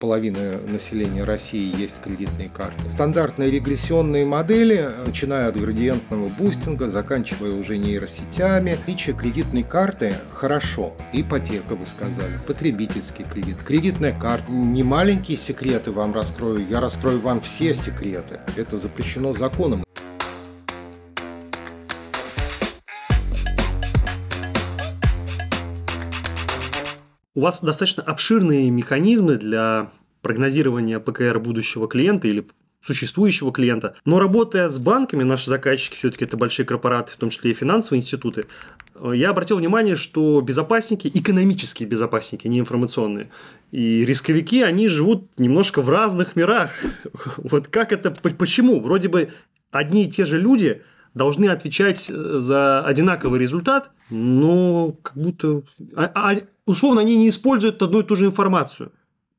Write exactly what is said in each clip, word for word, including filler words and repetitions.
половины населения России есть кредитные карты. Стандартные регрессионные модели, начиная от градиентного бустинга, заканчивая уже нейросетями. Наличие кредитной карты хорошо. Ипотека, вы сказали, потребительский кредит, кредитная карта. Не маленькие секреты вам раскрою, я раскрою вам все секреты. Это запрещено законом. У вас достаточно обширные механизмы для прогнозирования ПКР будущего клиента или существующего клиента. Но работая с банками, наши заказчики все-таки это большие корпораты, в том числе и финансовые институты, я обратил внимание, что безопасники, экономические безопасники, не информационные, и рисковики, они живут немножко в разных мирах. Вот как это, почему? Вроде бы одни и те же люди должны отвечать за одинаковый результат, но как будто... А, а, условно, они не используют одну и ту же информацию.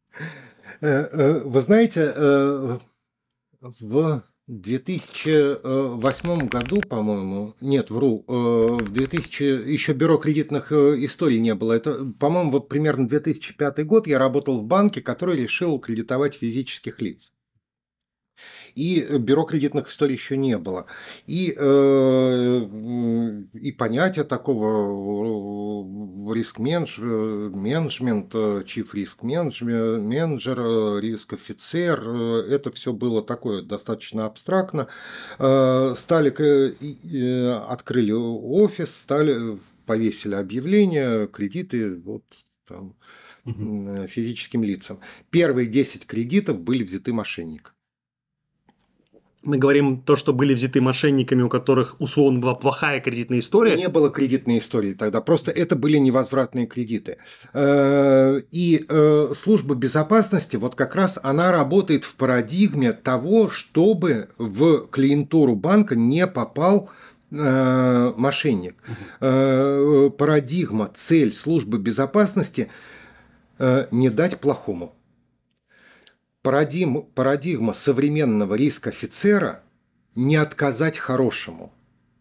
Вы знаете, в две тысячи восьмом году, по-моему, нет, вру, в две тысячи еще бюро кредитных историй не было. Это, по-моему, вот примерно две тысячи пятый год я работал в банке, который решил кредитовать физических лиц. И бюро кредитных историй еще не было. И, э, и понятия такого риск-менеджмент, чиф риск-менеджер, риск-офицер, это все было такое достаточно абстрактно. Стали, открыли офис, стали, повесили объявления, кредиты вот, там, угу. физическим лицам. Первые десять кредитов были взяты мошенниками. Мы говорим то, что были взяты мошенниками, у которых условно была плохая кредитная история. Не было кредитной истории тогда, просто это были невозвратные кредиты. И служба безопасности, вот как раз она работает в парадигме того, чтобы в клиентуру банка не попал мошенник. Угу. Парадигма, цель службы безопасности не дать плохому. Парадигма, парадигма современного риск-офицера не отказать хорошему.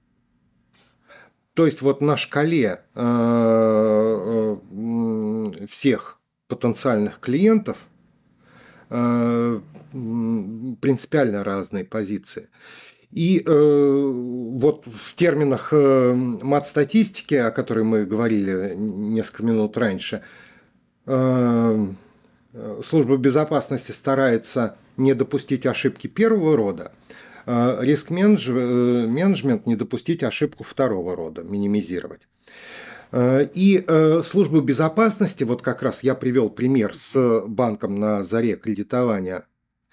То есть вот на шкале э, э, всех потенциальных клиентов э, принципиально разные позиции. И э, вот в терминах э, мат-статистики, о которой мы говорили несколько минут раньше, э, служба безопасности старается не допустить ошибки первого рода, риск-менеджмент не допустить ошибку второго рода, минимизировать. И служба безопасности, вот как раз я привел пример с банком на заре кредитования,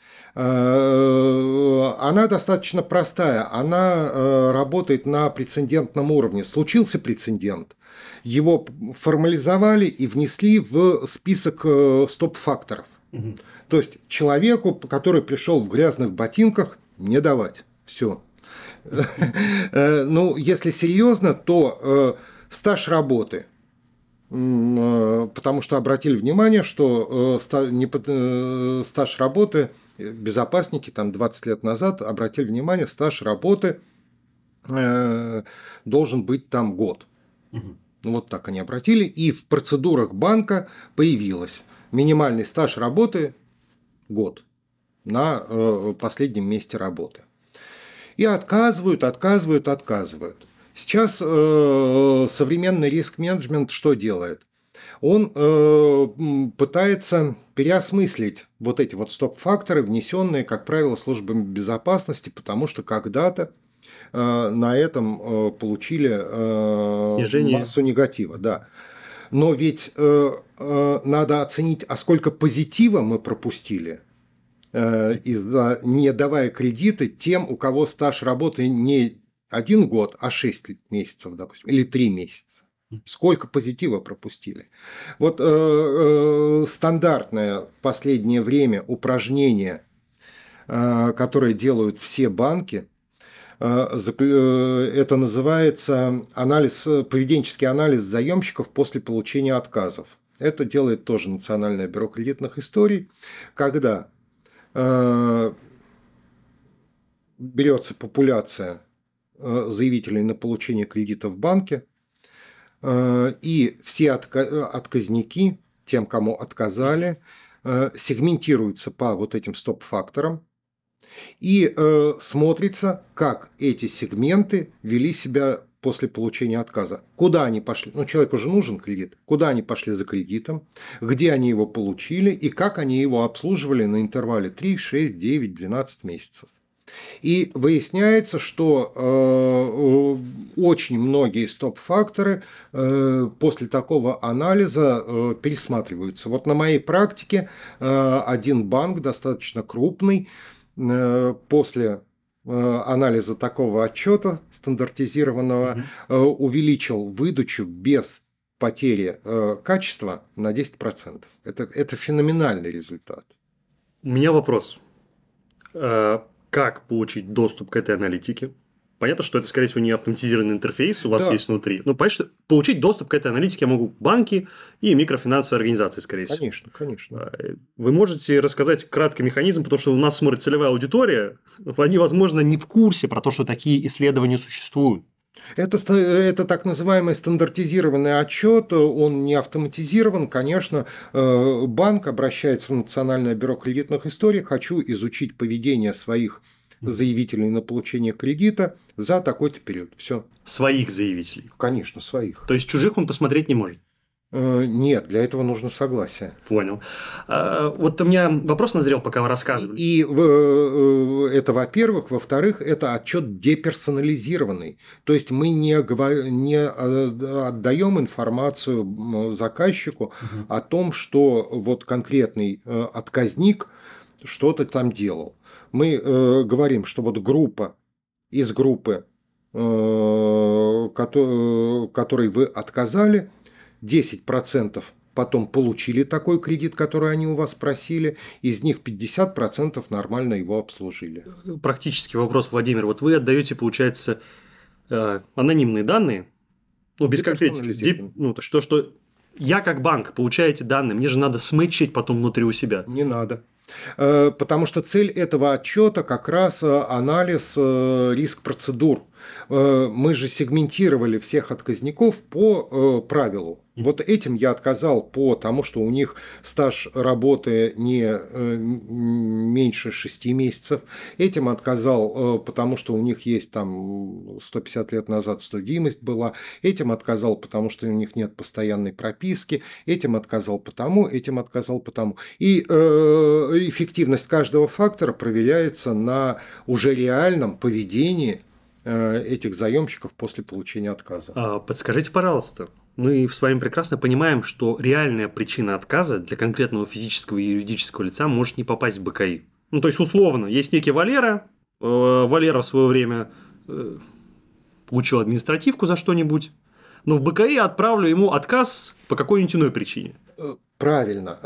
она достаточно простая, она работает на прецедентном уровне. Случился прецедент, его формализовали и внесли в список стоп-факторов. Угу. То есть человеку, который пришел в грязных ботинках, не давать. Все. Ну, если серьезно, то стаж работы. Потому что обратили внимание, что стаж работы, безопасники там двадцать лет назад обратили внимание, стаж работы должен быть там год. Угу. Вот так они обратили, и в процедурах банка появилось минимальный стаж работы год на э, последнем месте работы. И отказывают, отказывают, отказывают. Сейчас э, современный риск-менеджмент что делает? Он э, пытается переосмыслить вот эти вот стоп-факторы, внесенные, как правило, службами безопасности, потому что когда-то на этом получили Снижение. массу негатива, да. Но ведь надо оценить, а сколько позитива мы пропустили, не давая кредиты тем, у кого стаж работы не один год, а шесть месяцев, допустим, или три месяца. Сколько позитива пропустили. Вот стандартное в последнее время упражнение, которое делают все банки, это называется анализ, поведенческий анализ заемщиков после получения отказов. Это делает тоже Национальное бюро кредитных историй, когда э, берется популяция заявителей на получение кредита в банке, э, и все отка- отказники, тем, кому отказали, э, сегментируется по вот этим стоп-факторам и э, смотрится, как эти сегменты вели себя после получения отказа. Куда они пошли? Ну, человеку же нужен кредит. Куда они пошли за кредитом, где они его получили и как они его обслуживали на интервале три, шесть, девять, двенадцать месяцев. И выясняется, что э, очень многие стоп-факторы э, после такого анализа э, пересматриваются. Вот на моей практике э, один банк, достаточно крупный, э, после э, анализа такого отчета стандартизированного Мгм. э, увеличил выдачу без потери э, качества на десять процентов. Это, это феноменальный результат. У меня вопрос. Э, Как получить доступ к этой аналитике? Понятно, что это, скорее всего, не автоматизированный интерфейс у вас Да. есть внутри. Ну, понятно, что получить доступ к этой аналитике могут банки и микрофинансовые организации, скорее всего. Конечно, конечно. Э, Вы можете рассказать краткий механизм, потому что у нас смотрит целевая аудитория, они, возможно, не в курсе про то, что такие исследования существуют. Это, ста- это так называемый стандартизированный отчет, он не автоматизирован. Конечно, э, банк обращается в Национальное бюро кредитных историй, хочу изучить поведение своих заявителей на получение кредита за такой-то период. Все. Своих заявителей. Конечно, своих. То есть чужих он посмотреть не может. Э, Нет, для этого нужно согласие. Понял. А, Вот у меня вопрос назрел, пока вы рассказывали. И в- это, во-первых. Во-вторых, это отчет деперсонализированный. То есть мы не, говор- не э, отдаем информацию м, заказчику Мгм. о том, что вот конкретный э, отказник что-то там делал. Мы э, говорим, что вот группа из группы, э, кото- которой вы отказали, десять процентов потом получили такой кредит, который они у вас просили, из них пятьдесят процентов нормально его обслужили. Практический вопрос, Владимир. Вот вы отдаете, получается, э, анонимные данные, ну, без конкретики. Деп- Деперсонализирован. Ну, то что, что я как банк получаю эти данные, мне же надо смычить потом внутри у себя. Не надо. Э, Потому что цель этого отчета как раз э, анализ э, риск-процедур. Э, Мы же сегментировали всех отказников по э, правилу. Вот этим я отказал по тому, что у них стаж работы не э, м, меньше шести месяцев. Этим отказал, э, потому что у них есть там сто пятьдесят лет назад судимость была. Этим отказал, потому что у них нет постоянной прописки. Этим отказал потому, этим отказал потому. И э, эффективность каждого фактора проверяется на уже реальном поведении э, этих заемщиков после получения отказа. А, Подскажите, пожалуйста. Мы с вами прекрасно понимаем, что реальная причина отказа для конкретного физического и юридического лица может не попасть в бэ ка и. Ну, то есть, условно, есть некий Валера, э, Валера в свое время э, получил административку за что-нибудь, но в бэ ка и я отправлю ему отказ по какой-нибудь иной причине. Правильно.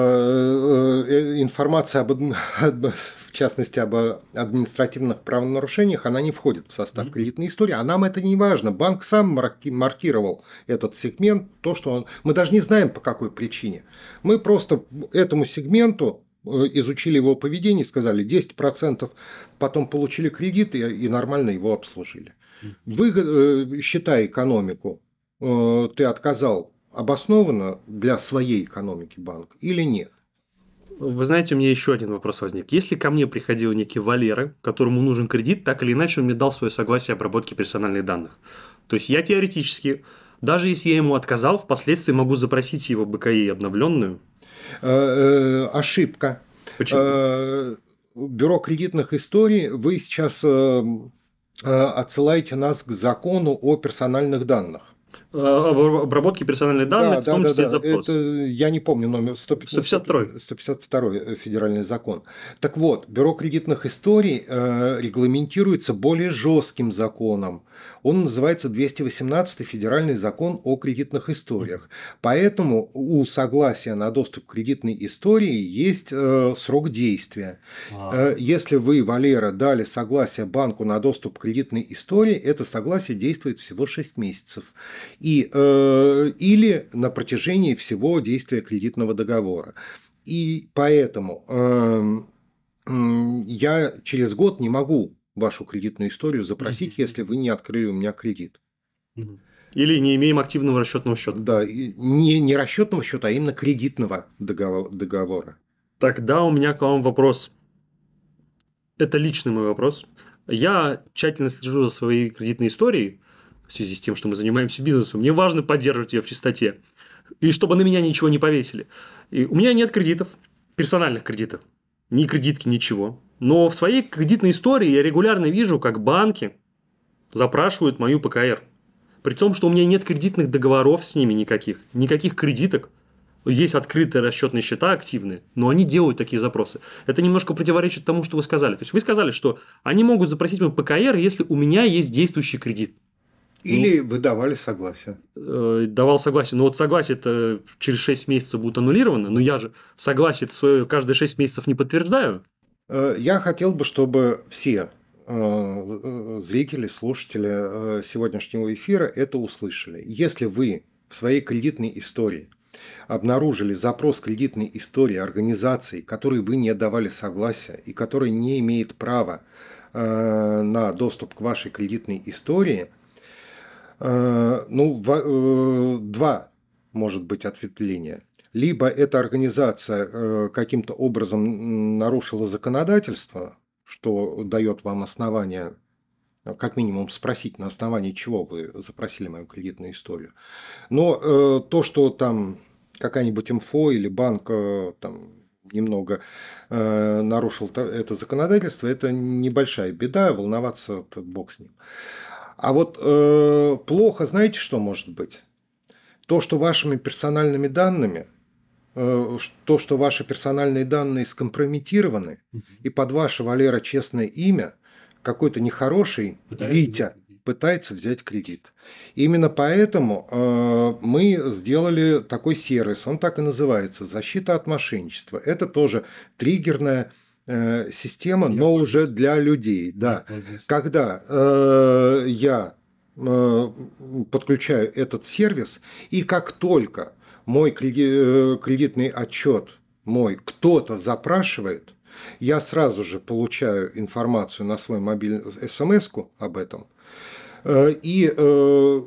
Э, э, Информация, об, од- в частности, об административных правонарушениях, она не входит в состав Мгм. кредитной истории, а нам это не важно. Банк сам марки- маркировал этот сегмент, то, что он... Мы даже не знаем, по какой причине. Мы просто этому сегменту э, изучили его поведение, сказали десять процентов, потом получили кредит и, и нормально его обслужили. Вы, э, считай экономику, э, ты отказал обоснованно для своей экономики банк или нет? Вы знаете, у меня еще один вопрос возник. Если ко мне приходил некий Валера, которому нужен кредит, так или иначе он мне дал свое согласие обработке персональных данных. То есть я теоретически, даже если я ему отказал, впоследствии могу запросить его бэ ка и обновленную. Э, э, Ошибка. Почему? Э, Бюро кредитных историй, вы сейчас э, э, отсылаете нас к закону о персональных данных. А, об- Обработки персональных данных, в том числе запрос. Это, я не помню номер сто пятьдесят сто пятьдесят второй. сто пятьдесят второй федеральный закон. Так вот, Бюро кредитных историй э, регламентируется более жестким законом. Он называется двести восемнадцатый федеральный закон о кредитных историях. Поэтому у согласия на доступ к кредитной истории есть э, срок действия. А. Э, Если вы, Валера, дали согласие банку на доступ к кредитной истории, это согласие действует всего шесть месяцев. И, э, или на протяжении всего действия кредитного договора. И поэтому э, м, я через год не могу вашу кредитную историю запросить, Мгм. если вы не открыли у меня кредит. Мгм. Или не имеем активного расчетного счета. Да, не, не расчетного счета, а именно кредитного договора. Тогда у меня к вам вопрос. Это личный мой вопрос. Я тщательно слежу за своей кредитной историей в связи с тем, что мы занимаемся бизнесом. Мне важно поддерживать ее в чистоте. И чтобы на меня ничего не повесили. И у меня нет кредитов, персональных кредитов. Ни кредитки, ничего. Но в своей кредитной истории я регулярно вижу, как банки запрашивают мою ПКР. При том, что у меня нет кредитных договоров с ними никаких. Никаких кредиток. Есть открытые расчетные счета активные, но они делают такие запросы. Это немножко противоречит тому, что вы сказали. То есть, вы сказали, что они могут запросить мой ПКР, если у меня есть действующий кредит. Или ну, вы давали согласие. Э, давал согласие. Но вот согласие-то через шесть месяцев будет аннулировано. Но я же согласие свое каждые шесть месяцев не подтверждаю. Я хотел бы, чтобы все зрители, слушатели сегодняшнего эфира это услышали. Если вы в своей кредитной истории обнаружили запрос кредитной истории организации, которой вы не давали согласия и которая не имеет права э, на доступ к вашей кредитной истории, э, ну, в, э, два может быть ответвления. Либо эта организация э, каким-то образом нарушила законодательство, что дает вам основание, как минимум, спросить, на основании чего вы запросили мою кредитную историю. Но э, то, что там какая-нибудь МФО или банк э, там немного э, нарушил это законодательство, это небольшая беда, волноваться это бог с ним. А вот э, плохо, знаете, что может быть? То, что вашими персональными данными, э, то, что ваши персональные данные скомпрометированы, mm-hmm. и под ваше, Валера, честное имя какой-то нехороший Пытается Витя пытается взять кредит. Именно поэтому э, мы сделали такой сервис, он так и называется, защита от мошенничества. Это тоже триггерная э, система, я но уже для людей. Да. Когда э, я э, подключаю этот сервис, и как только мой креди- кредитный отчет мой кто-то запрашивает, я сразу же получаю информацию на свой мобильный смс-ку об этом и э,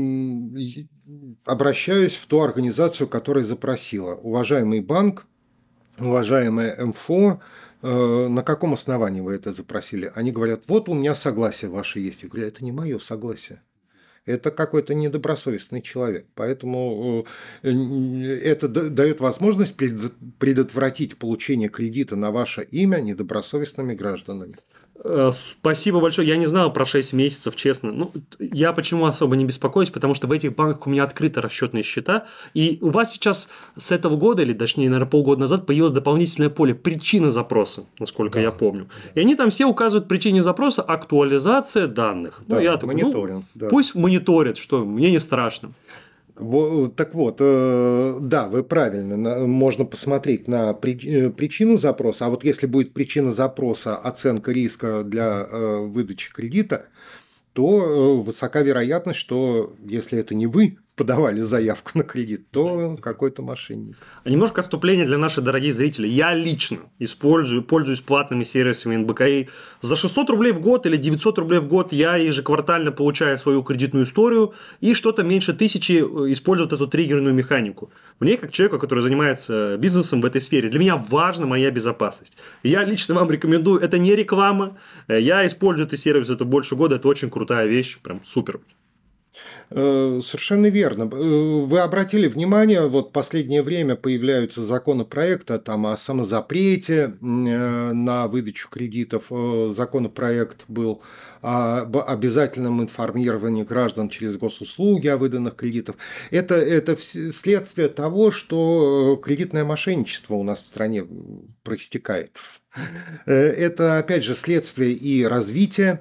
обращаюсь в ту организацию, которая запросила. Уважаемый банк, уважаемая МФО, э, на каком основании вы это запросили? Они говорят, вот у меня согласие ваше есть. Я говорю, это не мое согласие. Это какой-то недобросовестный человек. Поэтому это дает возможность предотвратить получение кредита на ваше имя недобросовестными гражданами. Спасибо большое. Я не знал про шесть месяцев, честно. Ну, я почему особо не беспокоюсь, потому что в этих банках у меня открыты расчетные счета. И у вас сейчас с этого года, или точнее, наверное, полгода назад, появилось дополнительное поле причина запроса, насколько да, я помню. Да. И они там все указывают причине запроса актуализация данных. Да, ну, я такой, мониторинг. Ну, да. Пусть мониторят, что мне не страшно. Так вот, да, вы правильно, можно посмотреть на причину запроса, а вот если будет причина запроса оценка риска для выдачи кредита, то высока вероятность, что если это не вы подавали заявку на кредит, то какой-то мошенник. А немножко отступления для наших дорогих зрителей. Я лично использую, пользуюсь платными сервисами эн бэ ка и. За шестьсот рублей в год или девятьсот рублей в год я ежеквартально получаю свою кредитную историю и что-то меньше тысячи используют эту триггерную механику. Мне, как человеку, который занимается бизнесом в этой сфере, для меня важна моя безопасность. Я лично вам рекомендую, это не реклама, я использую этот сервис это больше года, это очень крутая вещь, прям супер. Совершенно верно. Вы обратили внимание, вот в последнее время появляются законопроекты там, о самозапрете на выдачу кредитов. Законопроект был об обязательном информировании граждан через госуслуги о выданных кредитах. Это, это следствие того, что кредитное мошенничество у нас в стране проистекает. Это, опять же, следствие и развития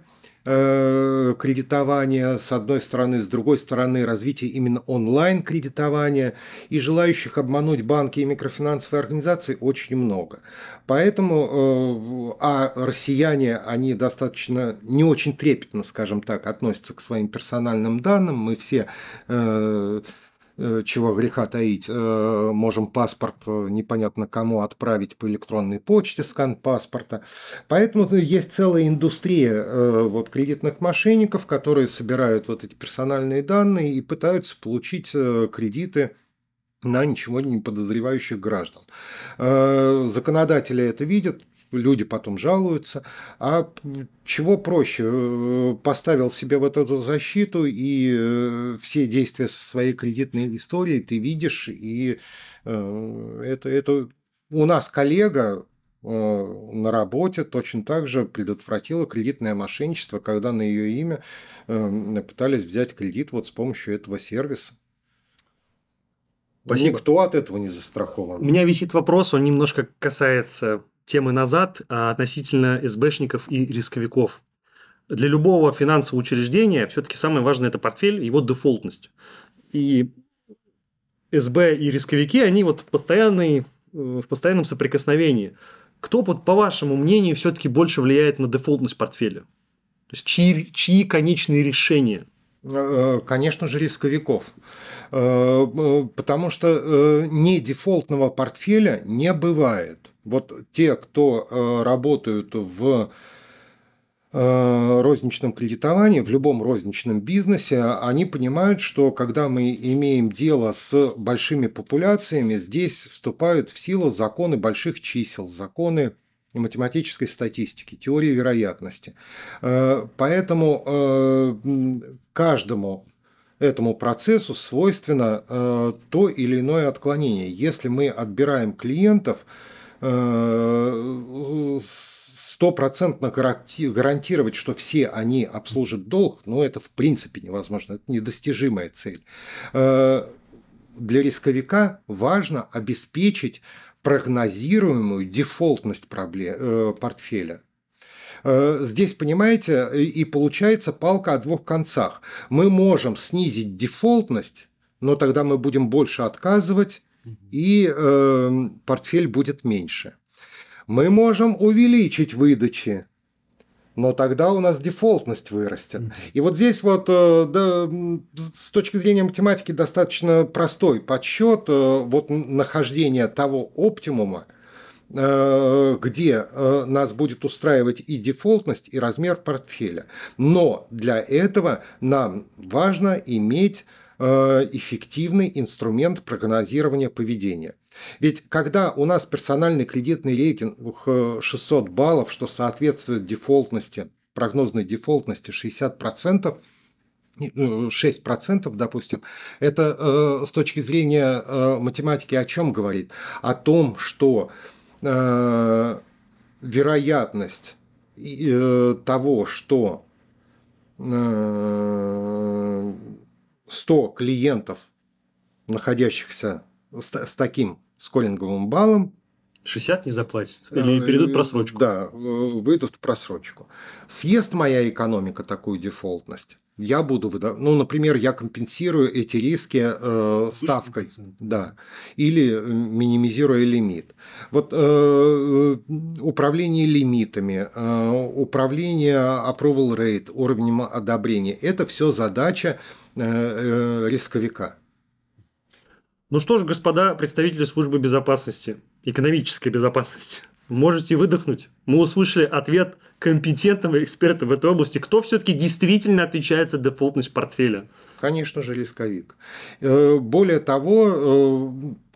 кредитования, с одной стороны, с другой стороны, развитие именно онлайн-кредитования, и желающих обмануть банки и микрофинансовые организации очень много. Поэтому, а россияне, они достаточно, не очень трепетно, скажем так, относятся к своим персональным данным, мы все чего греха таить, можем паспорт непонятно кому отправить по электронной почте, скан паспорта. Поэтому есть целая индустрия вот кредитных мошенников, которые собирают вот эти персональные данные и пытаются получить кредиты на ничего не подозревающих граждан. Законодатели это видят, люди потом жалуются. А чего проще? Поставил себе вот эту защиту, и все действия со своей кредитной историей ты видишь. И это, это... у нас коллега на работе точно так же предотвратила кредитное мошенничество, когда на ее имя пытались взять кредит вот с помощью этого сервиса. Спасибо. Никто от этого не застрахован. У меня висит вопрос, он немножко касается темы назад, а относительно СБшников и рисковиков. Для любого финансового учреждения все-таки самое важное – это портфель, его дефолтность. И СБ и рисковики, они вот постоянные, в постоянном соприкосновении. Кто, вот, по вашему мнению, все-таки больше влияет на дефолтность портфеля? То есть, чьи, чьи конечные решения? Конечно же, рисковиков. Потому что не дефолтного портфеля не бывает. Вот те, кто работают в розничном кредитовании, в любом розничном бизнесе, они понимают, что когда мы имеем дело с большими популяциями, здесь вступают в силу законы больших чисел, законы математической статистики, теории вероятности. Поэтому каждому этому процессу свойственно то или иное отклонение. Если мы отбираем клиентов, стопроцентно гарантировать, что все они обслужат долг, ну, это в принципе невозможно, это недостижимая цель. Для рисковика важно обеспечить прогнозируемую дефолтность проблем, портфеля. Здесь, понимаете, и получается палка о двух концах. Мы можем снизить дефолтность, но тогда мы будем больше отказывать, и э, портфель будет меньше. Мы можем увеличить выдачи, но тогда у нас дефолтность вырастет. И вот здесь вот да, с точки зрения математики достаточно простой подсчет вот нахождения того оптимума, где нас будет устраивать и дефолтность, и размер портфеля. Но для этого нам важно иметь эффективный инструмент прогнозирования поведения. Ведь когда у нас персональный кредитный рейтинг шестьсот баллов, что соответствует дефолтности, прогнозной дефолтности шестьдесят процентов, шесть процентов, допустим, это э, с точки зрения э, математики о чем говорит? О том, что э, вероятность э, того, что э, сто клиентов, находящихся с, с таким скоринговым баллом, шестьдесят не заплатят или перейдут в просрочку? Да, выйдут в просрочку. Съест моя экономика такую дефолтность? Я буду выдавать, ну, например, я компенсирую эти риски э, ставкой, да, или минимизируя лимит. Вот э, управление лимитами, э, управление approval rate, уровнем одобрения – это все задача э, э, рисковика. Ну что ж, господа представители службы безопасности, экономической безопасности, можете выдохнуть. Мы услышали ответ компетентного эксперта в этой области. Кто все-таки действительно отвечает за дефолтность портфеля? Конечно же, рисковик. Более того,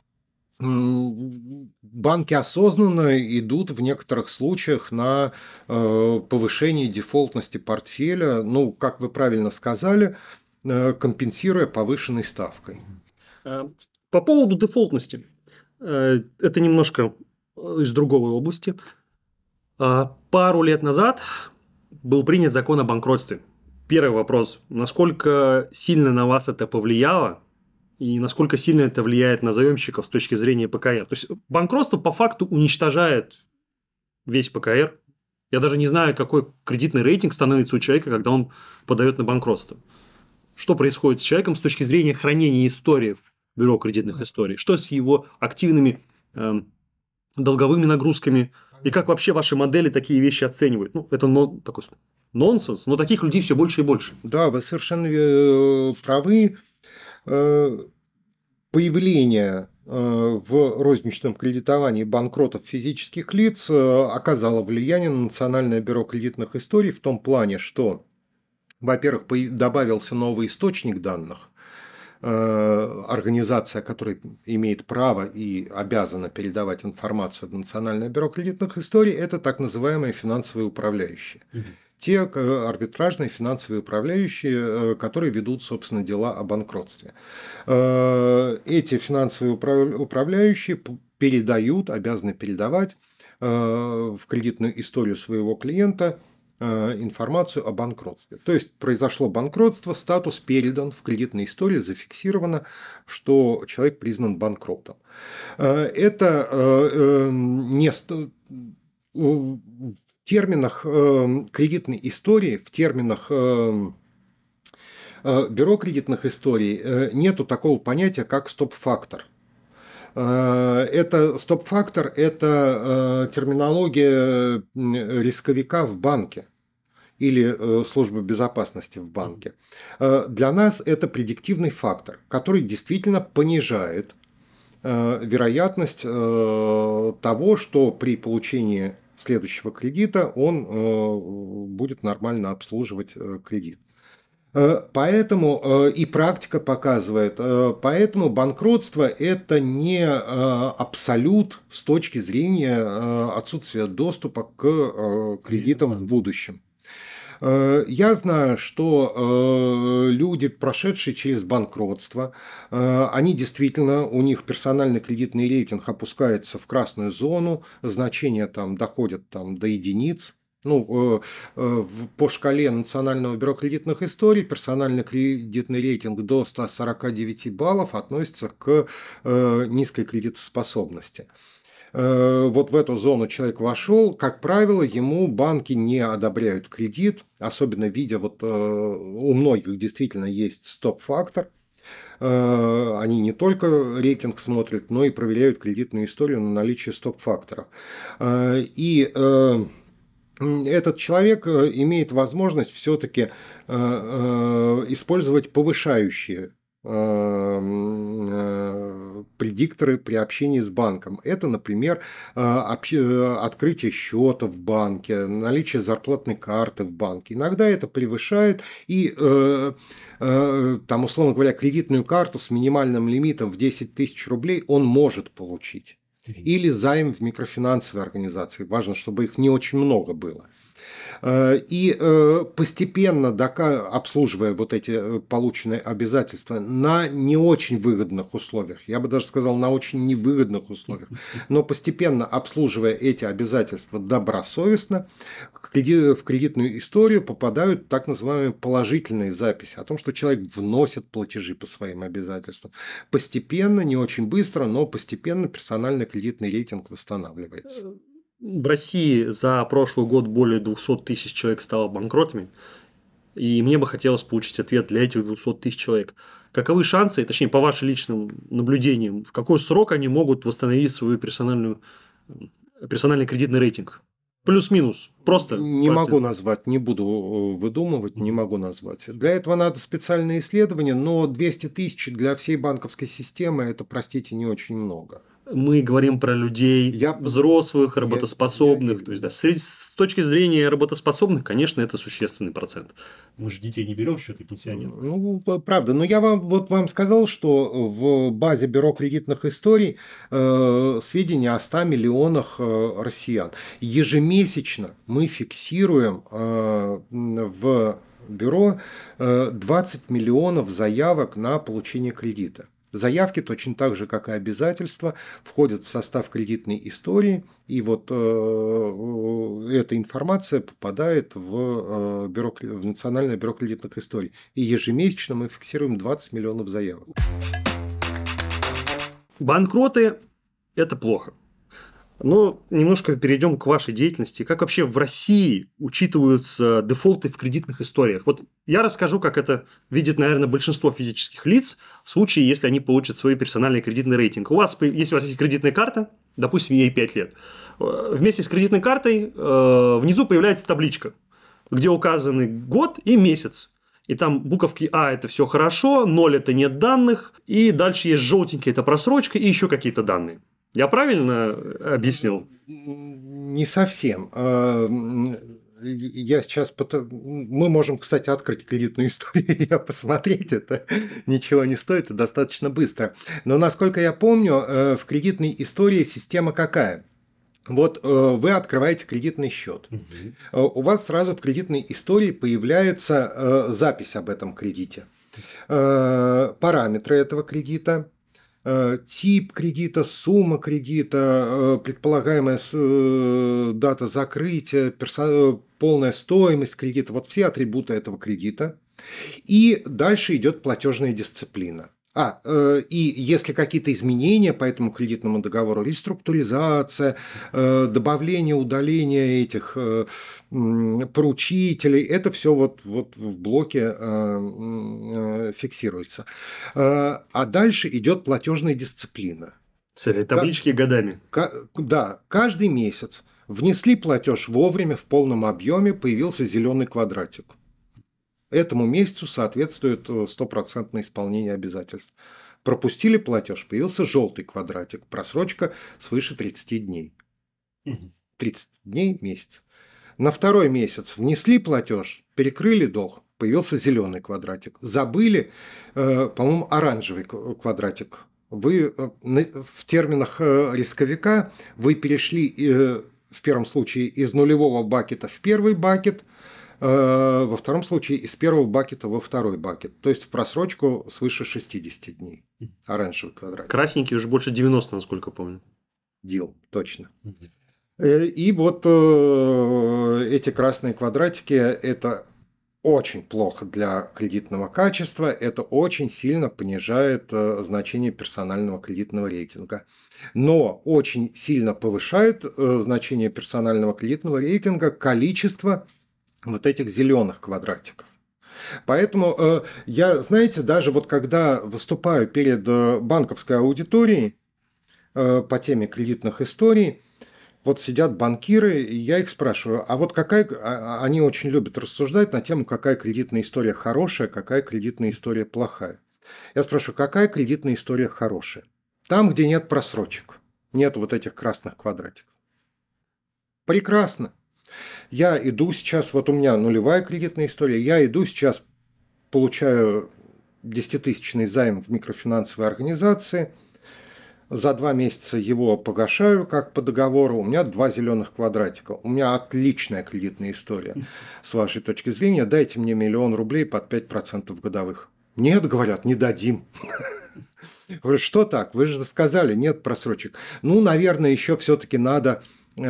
банки осознанно идут в некоторых случаях на повышение дефолтности портфеля, ну, как вы правильно сказали, компенсируя повышенной ставкой. По поводу дефолтности. Это немножко из другой области. Пару лет назад был принят закон о банкротстве. Первый вопрос. Насколько сильно на вас это повлияло? И насколько сильно это влияет на заемщиков с точки зрения ПКР? То есть, банкротство по факту уничтожает весь ПКР. Я даже не знаю, какой кредитный рейтинг становится у человека, когда он подает на банкротство. Что происходит с человеком с точки зрения хранения истории в бюро кредитных историй? Что с его активными э, долговыми нагрузками? И как вообще ваши модели такие вещи оценивают? Ну, это но, такой нонсенс, но таких людей все больше и больше. Да, вы совершенно правы. появление в розничном кредитовании банкротов физических лиц оказало влияние на Национальное бюро кредитных историй в том плане, что, во-первых, добавился новый источник данных, организация, которая имеет право и обязана передавать информацию в Национальное бюро кредитных историй, это так называемые финансовые управляющие. Угу. Те арбитражные финансовые управляющие, которые ведут, собственно, дела о банкротстве. Эти финансовые управляющие передают, обязаны передавать в кредитную историю своего клиента информацию о банкротстве. То есть произошло банкротство, статус передан, в кредитной истории зафиксировано, что человек признан банкротом. Это не в терминах кредитной истории, в терминах бюро кредитных историй нету такого понятия, как стоп-фактор. Это стоп-фактор – это терминология рисковика в банке или службы безопасности в банке. Для нас это предиктивный фактор, который действительно понижает вероятность того, что при получении следующего кредита он будет нормально обслуживать кредит. Поэтому и практика показывает, поэтому банкротство – это не абсолют с точки зрения отсутствия доступа к кредитам в будущем. Я знаю, что люди, прошедшие через банкротство, они действительно, у них персональный кредитный рейтинг опускается в красную зону, значения там доходят там, до единиц. Ну, по шкале Национального бюро кредитных историй персональный кредитный рейтинг до ста сорока девяти баллов относится к низкой кредитоспособности. Вот в эту зону человек вошел, как правило, ему банки не одобряют кредит, особенно видя, вот у многих действительно есть стоп-фактор. Они не только рейтинг смотрят, но и проверяют кредитную историю на наличие стоп-факторов. И этот человек имеет возможность все-таки использовать повышающие предикторы при общении с банком. Это, например, открытие счета в банке, наличие зарплатной карты в банке. Иногда это превышает и, там, условно говоря, кредитную карту с минимальным лимитом в десять тысяч рублей он может получить. Или займ в микрофинансовой организации. Важно, чтобы их не очень много было. И постепенно обслуживая вот эти полученные обязательства на не очень выгодных условиях, я бы даже сказал, на очень невыгодных условиях, но постепенно обслуживая эти обязательства добросовестно, в кредитную историю попадают так называемые положительные записи о том, что человек вносит платежи по своим обязательствам. Постепенно, не очень быстро, но постепенно персональный кредитный рейтинг восстанавливается. В России за прошлый год более двухсот тысяч человек стало банкротами, и мне бы хотелось получить ответ для этих двухсот тысяч человек. Каковы шансы, точнее, по вашим личным наблюдениям, в какой срок они могут восстановить свой персональный кредитный рейтинг? Плюс-минус. Просто. Не могу назвать, не буду выдумывать, не могу назвать. Для этого надо специальные исследования, но двести тысяч для всей банковской системы – это, простите, не очень много. Мы говорим про людей я, взрослых, работоспособных. Я, я, то есть, да, с, с точки зрения работоспособных, конечно, это существенный процент. Мы же детей не берем в счет и пенсионеров. Ну, правда. Но я вам, вот вам сказал, что в базе бюро кредитных историй э, сведения о ста миллионах э, россиян. Ежемесячно мы фиксируем э, в бюро э, двадцать миллионов заявок на получение кредита. Заявки точно так же, как и обязательства, входят в состав кредитной истории, и вот э, эта информация попадает в, э, бюро, в Национальное бюро кредитных историй. И ежемесячно мы фиксируем двадцать миллионов заявок. Банкроты – это плохо. Но немножко перейдем к вашей деятельности. Как вообще в России учитываются дефолты в кредитных историях? Вот я расскажу, как это видит, наверное, большинство физических лиц в случае, если они получат свой персональный кредитный рейтинг. У вас, если у вас есть кредитная карта, допустим, ей пять лет, вместе с кредитной картой внизу появляется табличка, где указаны год и месяц. и там буковки А – это все хорошо, ноль – это нет данных, и дальше есть желтенький – это просрочка, и еще какие-то данные. Я правильно объяснил? Не совсем. Я сейчас... Мы можем, кстати, открыть кредитную историю и посмотреть. Это ничего не стоит, это достаточно быстро. Но, насколько я помню, в кредитной истории система какая? Вот вы открываете кредитный счет. Угу. У вас сразу в кредитной истории появляется запись об этом кредите. Параметры этого кредита. Тип кредита, сумма кредита, предполагаемая дата закрытия, персо... полная стоимость кредита, вот все атрибуты этого кредита. И дальше идет платежная дисциплина. А, э, и если какие-то изменения по этому кредитному договору, реструктуризация, э, добавление, удаление этих э, э, поручителей, это все вот, вот в блоке э, э, фиксируется. Э, а дальше идет платежная дисциплина. С этой таблички годами. К, да, каждый месяц внесли платеж вовремя, в полном объеме, появился зеленый квадратик. Этому месяцу соответствует стопроцентное исполнение обязательств. Пропустили платеж, появился желтый квадратик, просрочка свыше тридцати дней. тридцать дней – месяц. На второй месяц внесли платеж, перекрыли долг, появился зеленый квадратик. Забыли, э, по-моему, оранжевый квадратик. Вы э, в терминах э, рисковика вы перешли э, в первом случае из нулевого бакета в первый бакет, во втором случае из первого бакета во второй бакет. То есть в просрочку свыше шестидесяти дней. Оранжевый квадрат. Красненький уже больше девяноста, насколько помню. Дил, точно. И вот эти красные квадратики – это очень плохо для кредитного качества. Это очень сильно понижает значение персонального кредитного рейтинга. Но очень сильно повышает значение персонального кредитного рейтинга количество вот этих зеленых квадратиков. Поэтому э, я, знаете, даже вот когда выступаю перед э, банковской аудиторией э, по теме кредитных историй, вот сидят банкиры, и я их спрашиваю, а вот какая... А, они очень любят рассуждать на тему, какая кредитная история хорошая, какая кредитная история плохая. Я спрашиваю, какая кредитная история хорошая? Там, где нет просрочек, нет вот этих красных квадратиков. Прекрасно. Я иду сейчас, вот у меня нулевая кредитная история, я иду сейчас, получаю десятитысячный займ в микрофинансовой организации, за два месяца его погашаю, как по договору, у меня два зеленых квадратика. У меня отличная кредитная история. С вашей точки зрения, дайте мне миллион рублей под пять процентов годовых. Нет, говорят, не дадим. Говорю, что так? Вы же сказали, нет просрочек. Ну, наверное, еще все-таки надо...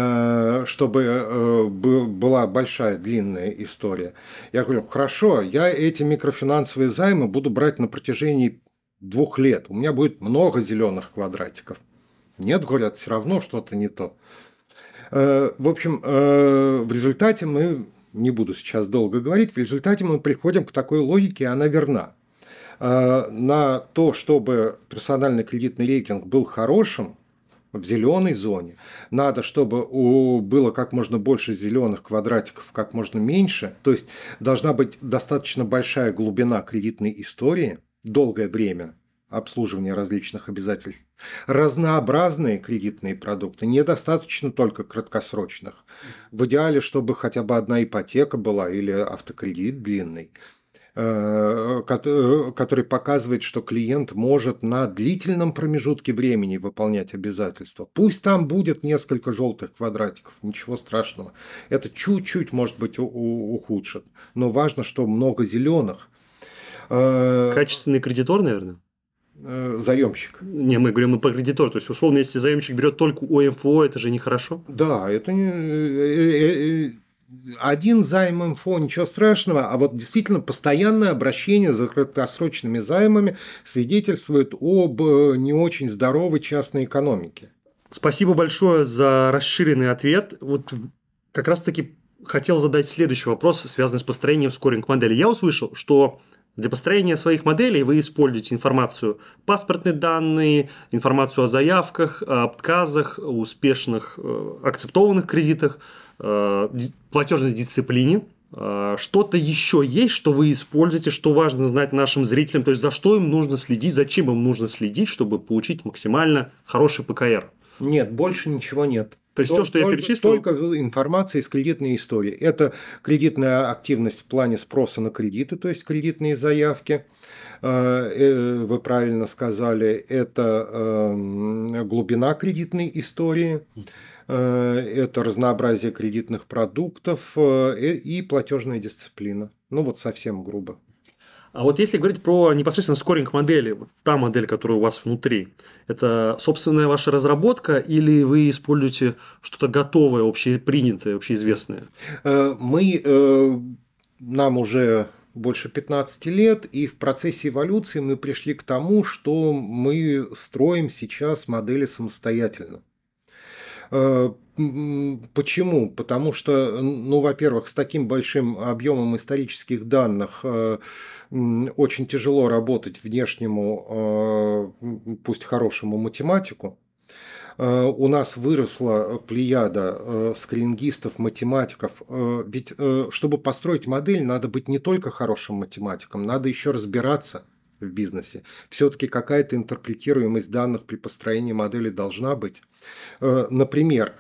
чтобы была большая, длинная история. Я говорю, хорошо, я эти микрофинансовые займы буду брать на протяжении двух лет. У меня будет много зеленых квадратиков. Нет, говорят, все равно что-то не то. В общем, в результате мы, не буду сейчас долго говорить, в результате мы приходим к такой логике, и она верна. На то, чтобы персональный кредитный рейтинг был хорошим, в зеленой зоне. Надо, чтобы у, было как можно больше зеленых квадратиков, как можно меньше. То есть должна быть достаточно большая глубина кредитной истории, долгое время обслуживания различных обязательств. Разнообразные кредитные продукты, недостаточно только краткосрочных. В идеале, чтобы хотя бы одна ипотека была или автокредит длинный, который показывает, что клиент может на длительном промежутке времени выполнять обязательства. Пусть там будет несколько желтых квадратиков, ничего страшного. Это чуть-чуть, может быть, ухудшит. Но важно, что много зеленых. Качественный кредитор, наверное? Заемщик. Не, мы говорим про кредитор. То есть, условно, если заемщик берет только у эм эф о, это же нехорошо? Да, это не... Один займ эм эф о, ничего страшного, а вот действительно постоянное обращение за краткосрочными займами свидетельствует об не очень здоровой частной экономике. Спасибо большое за расширенный ответ. Вот как раз-таки хотел задать следующий вопрос, связанный с построением скоринг-модели. Я услышал, что для построения своих моделей вы используете информацию, паспортные данные, информацию о заявках, о отказах, о успешных акцептованных кредитах, платежной дисциплине, Что-то еще есть, что вы используете, что важно знать нашим зрителям? То есть, за что им нужно следить, зачем им нужно следить, чтобы получить максимально хороший ПКР? Нет, больше ничего нет. То есть, то, что только, я перечислил... Только информация из кредитной истории. Это кредитная активность в плане спроса на кредиты, то есть кредитные заявки. Вы правильно сказали, это глубина кредитной истории. Это разнообразие кредитных продуктов и платежная дисциплина. Ну вот совсем грубо. А вот если говорить про непосредственно скоринг модели, вот та модель, которая у вас внутри, это собственная ваша разработка или вы используете что-то готовое, общепринятое, общеизвестное? Мы, нам уже больше пятнадцати лет, и в процессе эволюции мы пришли к тому, что мы строим сейчас модели самостоятельно. Почему? Потому что, ну, во-первых, с таким большим объемом исторических данных очень тяжело работать внешнему, пусть хорошему математику. У нас выросла плеяда скринингистов, математиков. Ведь чтобы построить модель, надо быть не только хорошим математиком, надо еще разбираться в бизнесе. Все-таки какая-то интерпретируемость данных при построении модели должна быть. Например,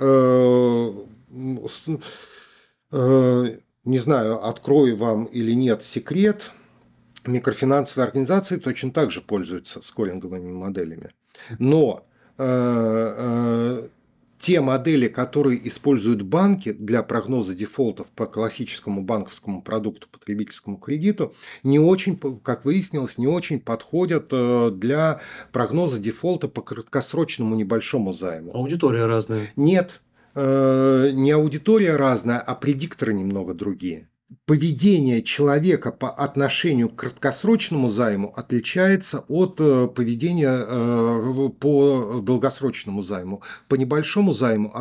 не знаю, открою вам или нет секрет, микрофинансовые организации точно так же пользуются скоринговыми моделями. Но те модели, которые используют банки для прогноза дефолтов по классическому банковскому продукту, потребительскому кредиту, не очень, как выяснилось, не очень подходят для прогноза дефолта по краткосрочному небольшому займу. Аудитория разная. Нет, не аудитория разная, а предикторы немного другие. Поведение человека по отношению к краткосрочному займу отличается от поведения по долгосрочному займу. По небольшому займу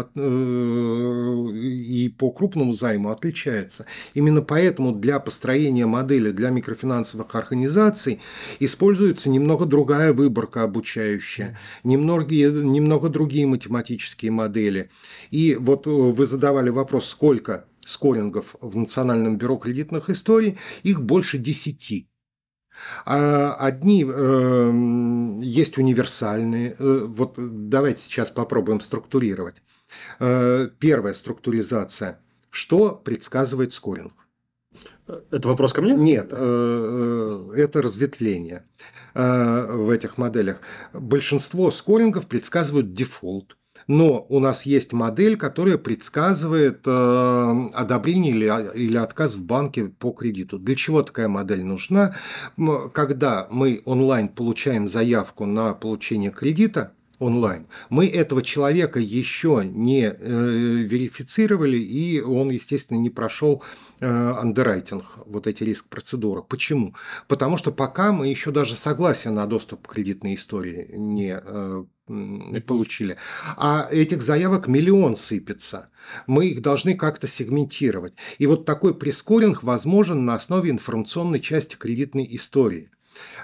и по крупному займу отличается. Именно поэтому для построения модели для микрофинансовых организаций используется немного другая выборка обучающая, немного, немного другие математические модели. И вот вы задавали вопрос, сколько скорингов в Национальном бюро кредитных историй, их больше десяти. Одни э, есть универсальные. Вот давайте сейчас попробуем структурировать. Первая структуризация. Что предсказывает скоринг? Это вопрос ко мне? Нет, это разветвление в этих моделях. Большинство скорингов предсказывают дефолт. Но у нас есть модель, которая предсказывает э, одобрение или, или отказ в банке по кредиту. Для чего такая модель нужна? Когда мы онлайн получаем заявку на получение кредита, онлайн, мы этого человека еще не э, верифицировали, и он, естественно, не прошел э, андеррайтинг, вот эти риск-процедуры. Почему? Потому что пока мы еще даже согласие на доступ к кредитной истории не э, получили. А этих заявок миллион сыпется. Мы их должны как-то сегментировать. И вот такой прескоринг возможен на основе информационной части кредитной истории,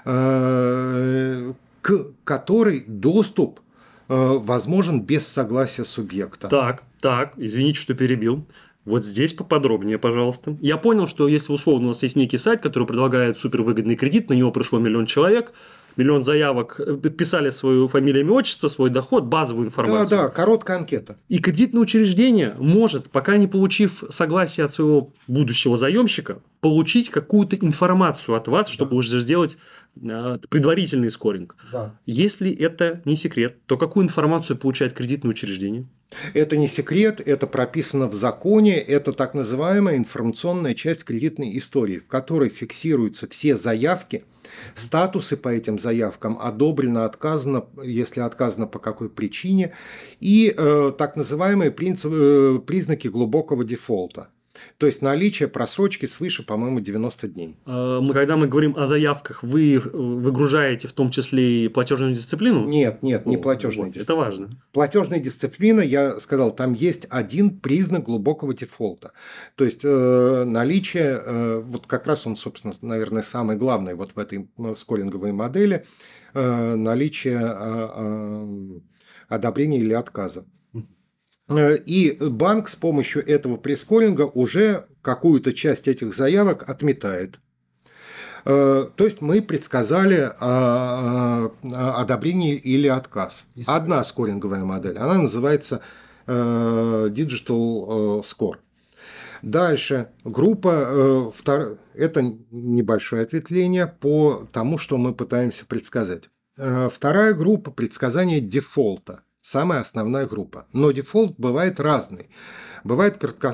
к которой доступ возможен без согласия субъекта. Так, так, извините, что перебил. Вот здесь поподробнее, пожалуйста. Я понял, что если условно у нас есть некий сайт, который предлагает супервыгодный кредит, на него пришло миллион человек, миллион заявок, писали свою фамилию, имя, отчество, свой доход, базовую информацию. Да, да, короткая анкета. И кредитное учреждение может, пока не получив согласие от своего будущего заемщика, получить какую-то информацию от вас, чтобы да. уже сделать предварительный скоринг. Да. Если это не секрет, то какую информацию получает кредитное учреждение? Это не секрет, это прописано в законе, это так называемая информационная часть кредитной истории, в которой фиксируются все заявки, статусы по этим заявкам, одобрено, отказано, если отказано по какой причине, и э, так называемые принцип, э, признаки глубокого дефолта. То есть наличие просрочки свыше, по-моему, девяноста дней. Мы, когда мы говорим о заявках, вы выгружаете в том числе и платежную дисциплину? Нет, нет, не платежная вот, дисциплина. Это важно. Платежная дисциплина, я сказал, там есть один признак глубокого дефолта. То есть э, наличие, э, вот как раз он, собственно, наверное, самый главный вот в этой скоринговой модели, э, наличие э, э, одобрения или отказа. И банк с помощью этого прескоринга уже какую-то часть этих заявок отметает. То есть мы предсказали одобрение или отказ. Одна скоринговая модель, она называется Digital Score. Дальше группа, это небольшое ответвление по тому, что мы пытаемся предсказать. Вторая группа – предсказание дефолта. Самая основная группа. Но дефолт бывает разный. Бывает коротко,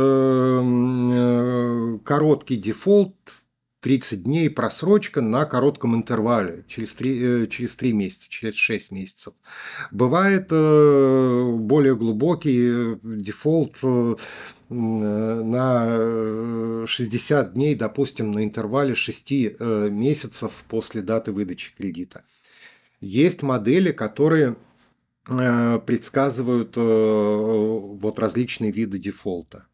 э, короткий дефолт, тридцать дней просрочка на коротком интервале, через три, э, через три месяца, через шесть месяцев. Бывает э, более глубокий дефолт э, на шестьдесят дней, допустим, на интервале шести э, месяцев после даты выдачи кредита. Есть модели, которые предсказывают вот различные виды дефолта.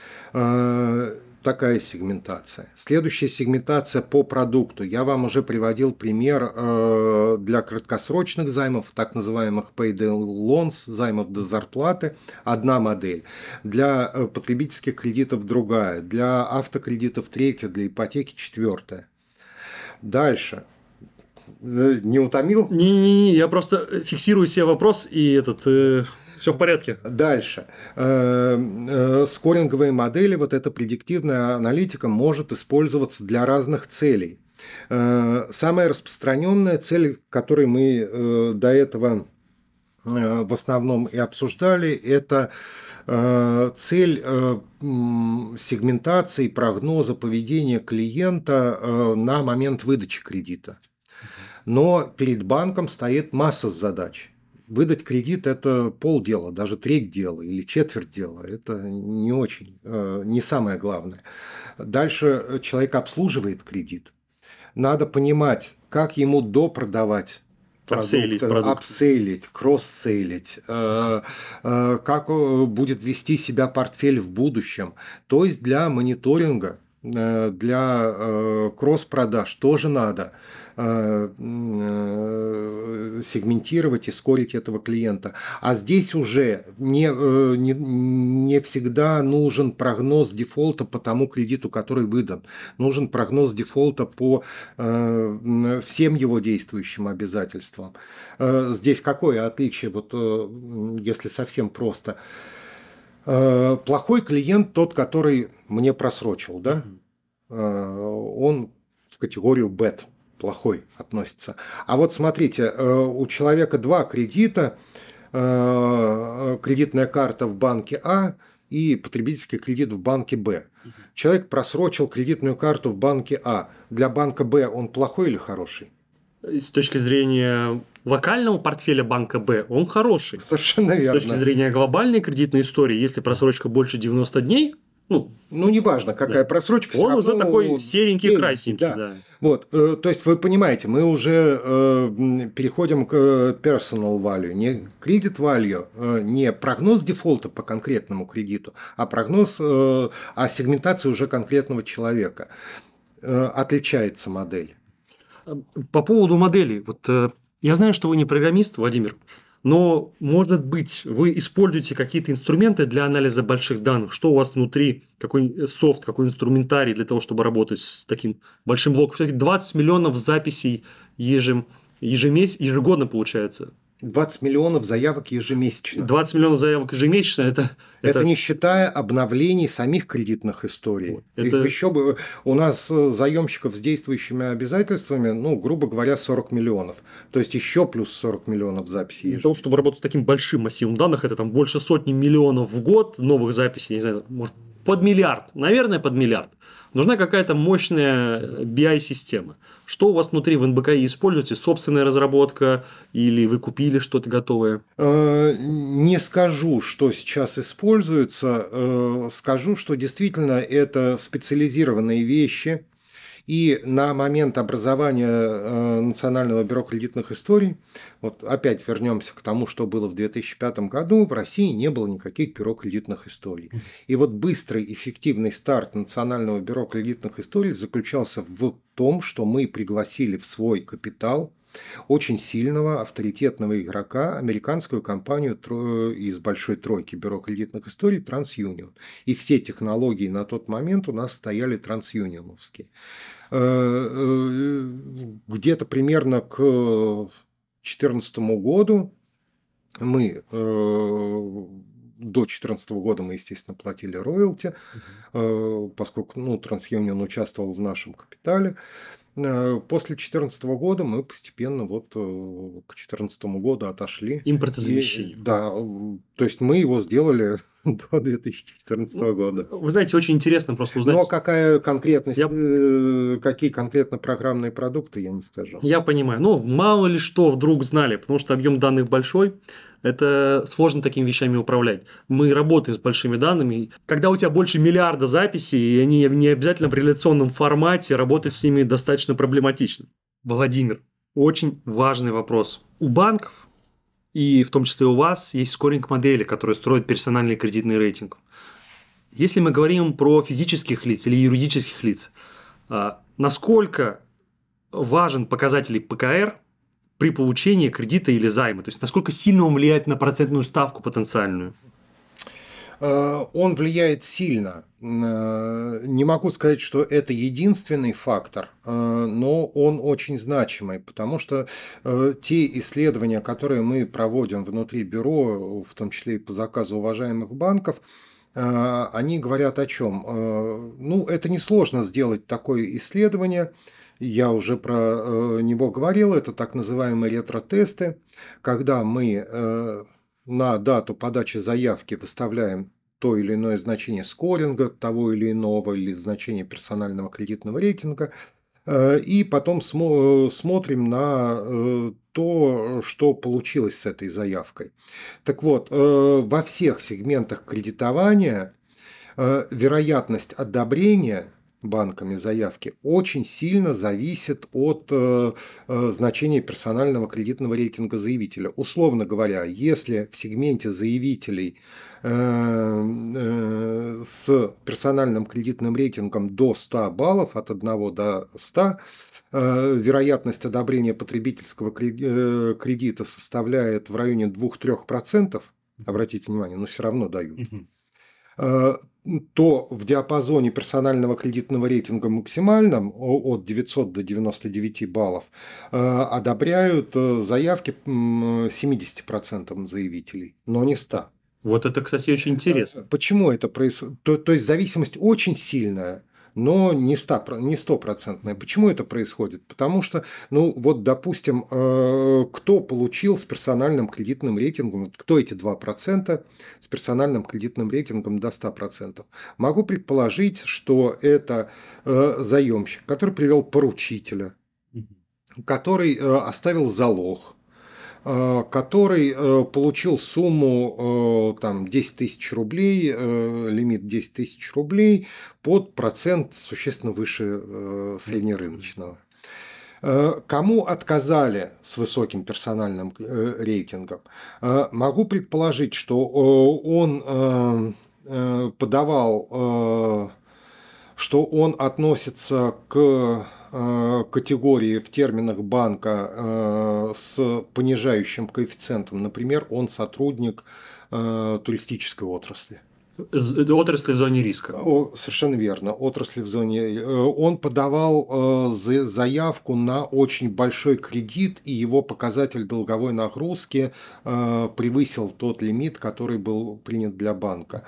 Такая сегментация. Следующая сегментация по продукту. Я вам уже приводил пример для краткосрочных займов, так называемых payday loans, займов до зарплаты. Одна модель. Для потребительских кредитов другая. Для автокредитов третья. Для ипотеки четвертая. Дальше. Не утомил? Не-не-не, я просто фиксирую себе вопрос, и этот, э, все в порядке. Дальше. Э, э, скоринговые модели, вот эта предиктивная аналитика может использоваться для разных целей. Э, самая распространенная цель, которую мы э, до этого э, в основном и обсуждали, это э, цель э, сегментации, прогноза поведения клиента э, на момент выдачи кредита. Но перед банком стоит масса задач. Выдать кредит – это полдела, даже треть дела или четверть дела. Это не очень, не самое главное. Дальше человек обслуживает кредит. Надо понимать, как ему допродавать продукт, апсейлить, кросс-сейлить, как будет вести себя портфель в будущем. То есть для мониторинга, для кросс-продаж тоже надо сегментировать и скорить этого клиента. А здесь уже не, не, не всегда нужен прогноз дефолта по тому кредиту, который выдан. Нужен прогноз дефолта по э, всем его действующим обязательствам. Э, здесь какое отличие, вот, э, если совсем просто? Э, плохой клиент тот, который мне просрочил, да? Э, он в категорию бэд. Плохой относится. А вот смотрите, у человека два кредита, кредитная карта в банке А и потребительский кредит в банке Б. Человек просрочил кредитную карту в банке А. Для банка Б он плохой или хороший? С точки зрения локального портфеля банка Б он хороший. Совершенно верно. С точки зрения глобальной кредитной истории, если просрочка больше девяноста дней, ну, ну неважно, какая да. просрочка. Он уже такой серенький, красненький. Да. Да. Вот, э, то есть вы понимаете, мы уже э, переходим к personal value, не credit value, э, не прогноз дефолта по конкретному кредиту, а прогноз, э, а сегментация уже конкретного человека. Э, отличается модель. По поводу модели, вот э, я знаю, что вы не программист, Владимир. Но, может быть, вы используете какие-то инструменты для анализа больших данных? Что у вас внутри, какой софт, какой инструментарий для того, чтобы работать с таким большим блоком? Все-таки двадцать миллионов записей ежем, ежемес... ежегодно получается. двадцать миллионов заявок ежемесячно. двадцать миллионов заявок ежемесячно – это… Это не считая обновлений самих кредитных историй. Это... Еще бы у нас заемщиков с действующими обязательствами, ну, грубо говоря, сорок миллионов. То есть еще плюс сорок миллионов записей. Для того, чтобы работать с таким большим массивом данных, это там больше сотни миллионов в год новых записей, не знаю, может, под миллиард, наверное, под миллиард. Нужна какая-то мощная би ай-система. Что у вас внутри в эн бэ ка и используете? Собственная разработка или вы купили что-то готовое? Не скажу, что сейчас используется. Скажу, что действительно это специализированные вещи. И на момент образования Национального бюро кредитных историй, вот опять вернемся к тому, что было в две тысячи пятом году, в России не было никаких бюро кредитных историй. И вот быстрый, эффективный старт Национального бюро кредитных историй заключался в том, что мы пригласили в свой капитал очень сильного авторитетного игрока, американскую компанию из большой тройки бюро кредитных историй TransUnion. И все технологии на тот момент у нас стояли трансюнионовские. Где-то примерно к две тысячи четырнадцатому году мы до две тысячи четырнадцатого года мы, естественно, платили роялти, uh-huh. поскольку ну, TransUnion участвовал в нашем капитале. После две тысячи четырнадцатого года мы постепенно вот к две тысячи четырнадцатому году отошли. Импортозамещение. Да, то есть мы его сделали до две тысячи четырнадцатого года. Вы знаете, очень интересно просто узнать. Но какая конкретность, я... какие конкретно программные продукты, я не скажу. Я понимаю. Ну, мало ли что вдруг знали, потому что объем данных большой. Это сложно такими вещами управлять. Мы работаем с большими данными. Когда у тебя больше миллиарда записей, и они не обязательно в реляционном формате, работать с ними достаточно проблематично. Владимир, очень важный вопрос. У банков, и в том числе у вас, есть скоринг-модели, которые строят персональный кредитный рейтинг. Если мы говорим про физических лиц или юридических лиц, насколько важен показатель ПКР при получении кредита или займа? То есть, насколько сильно он влияет на процентную ставку потенциальную? Он влияет сильно. Не могу сказать, что это единственный фактор, но он очень значимый, потому что те исследования, которые мы проводим внутри бюро, в том числе и по заказу уважаемых банков, они говорят о чем? Ну, это несложно сделать такое исследование. Я уже про него говорил, это так называемые ретро-тесты, когда мы на дату подачи заявки выставляем то или иное значение скоринга, того или иного, или значение персонального кредитного рейтинга, и потом смо- смотрим на то, что получилось с этой заявкой. Так вот, во всех сегментах кредитования вероятность одобрения банками заявки очень сильно зависит от э, э, значения персонального кредитного рейтинга заявителя. Условно говоря, если в сегменте заявителей э, э, с персональным кредитным рейтингом до ста баллов, от одного до ста, э, вероятность одобрения потребительского кредита составляет в районе двух-трёх процентов, обратите внимание, но все равно дают. То в диапазоне персонального кредитного рейтинга максимальном от девятисот до девяноста девяти баллов одобряют заявки семидесяти процентам заявителей, но не ста. Вот это, кстати, очень интересно. Почему это происходит? То, то есть зависимость очень сильная, но не стопроцентная. Почему это происходит? Потому что, ну вот, допустим, кто получил с персональным кредитным рейтингом, кто эти два процента с персональным кредитным рейтингом до ста процентов? Могу предположить, что это заемщик, который привел поручителя, который оставил залог, который получил сумму там, десять тысяч рублей, лимит десять тысяч рублей под процент существенно выше среднерыночного. Кому отказали с высоким персональным рейтингом? Могу предположить, что он подавал, что он относится к категории в терминах банка с понижающим коэффициентом. Например, он сотрудник туристической отрасли. Отрасли в зоне риска. О, совершенно верно. Отрасли в зоне. Он подавал заявку на очень большой кредит, и его показатель долговой нагрузки превысил тот лимит, который был принят для банка.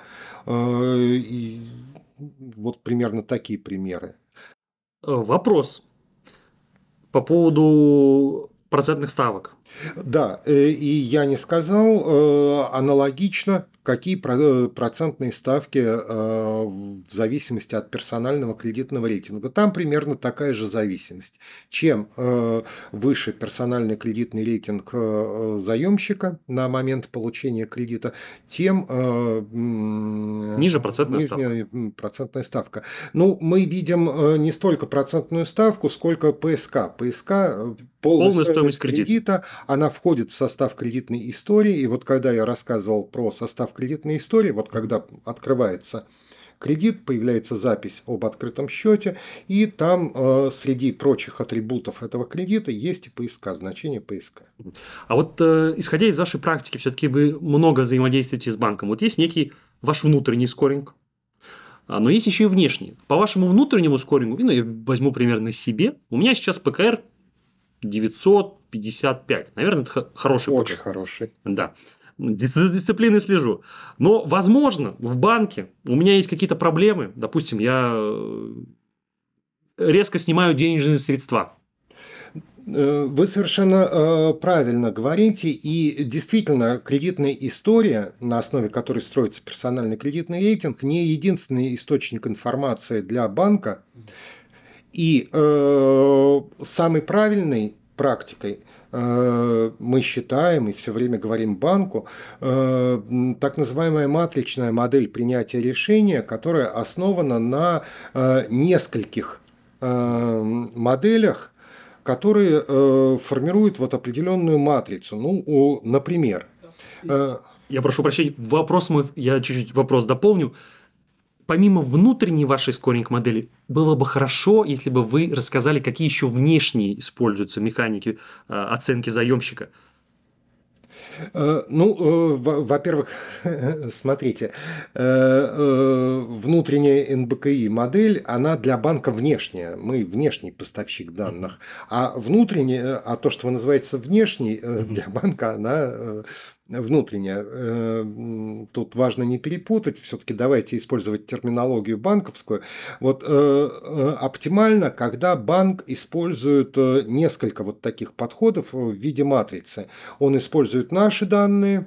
И вот примерно такие примеры. Вопрос по поводу процентных ставок. Да, и я не сказал, аналогично, какие процентные ставки в зависимости от персонального кредитного рейтинга. Там примерно такая же зависимость. Чем выше персональный кредитный рейтинг заемщика на момент получения кредита, тем ниже процентная нижняя ставка. процентная ставка. Ну, мы видим не столько процентную ставку, сколько ПСК. ПСК – полная стоимость, стоимость кредита. кредита. Она входит в состав кредитной истории. И вот когда я рассказывал про состав кредитной истории, вот когда открывается кредит, появляется запись об открытом счете, и там э, среди прочих атрибутов этого кредита есть и поиска, значение поиска. А вот э, исходя из вашей практики, все-таки вы много взаимодействуете с банком. Вот есть некий ваш внутренний скоринг, а, но есть еще и внешний. По вашему внутреннему скорингу, ну, я возьму примерно себе, у меня сейчас ПКР девятьсот пятьдесят пять. Наверное, это х- хороший Очень ПКР. хороший. Да. Дис- Дисциплиной слежу. Но, возможно, в банке у меня есть какие-то проблемы. Допустим, я э, резко снимаю денежные средства. Э, Вы совершенно э, правильно говорите, и действительно кредитная история, на основе которой строится персональный кредитный рейтинг, не единственный источник информации для банка. И э, самой правильной практикой э, мы считаем и все время говорим банку э, м, так называемая матричная модель принятия решения, которая основана на э, нескольких э, моделях, которые э, формируют вот определенную матрицу. Ну, о, например, э, Я прошу прощения, вопрос мой, я чуть-чуть вопрос дополню. Помимо внутренней вашей скоринг-модели, было бы хорошо, если бы вы рассказали, какие еще внешние используются механики э, оценки заемщика. Э, Ну, э, во- во-первых, смотрите, э, э, внутренняя эн бэ ка и модель, она для банка внешняя, мы внешний поставщик данных, а внутренняя, а то, что называется внешней, э, для банка, она э, внутренняя. Э, м, Тут важно не перепутать, все-таки давайте использовать терминологию банковскую. Вот э, э, оптимально, когда банк использует э, несколько вот таких подходов в виде матрицы. Он использует наши данные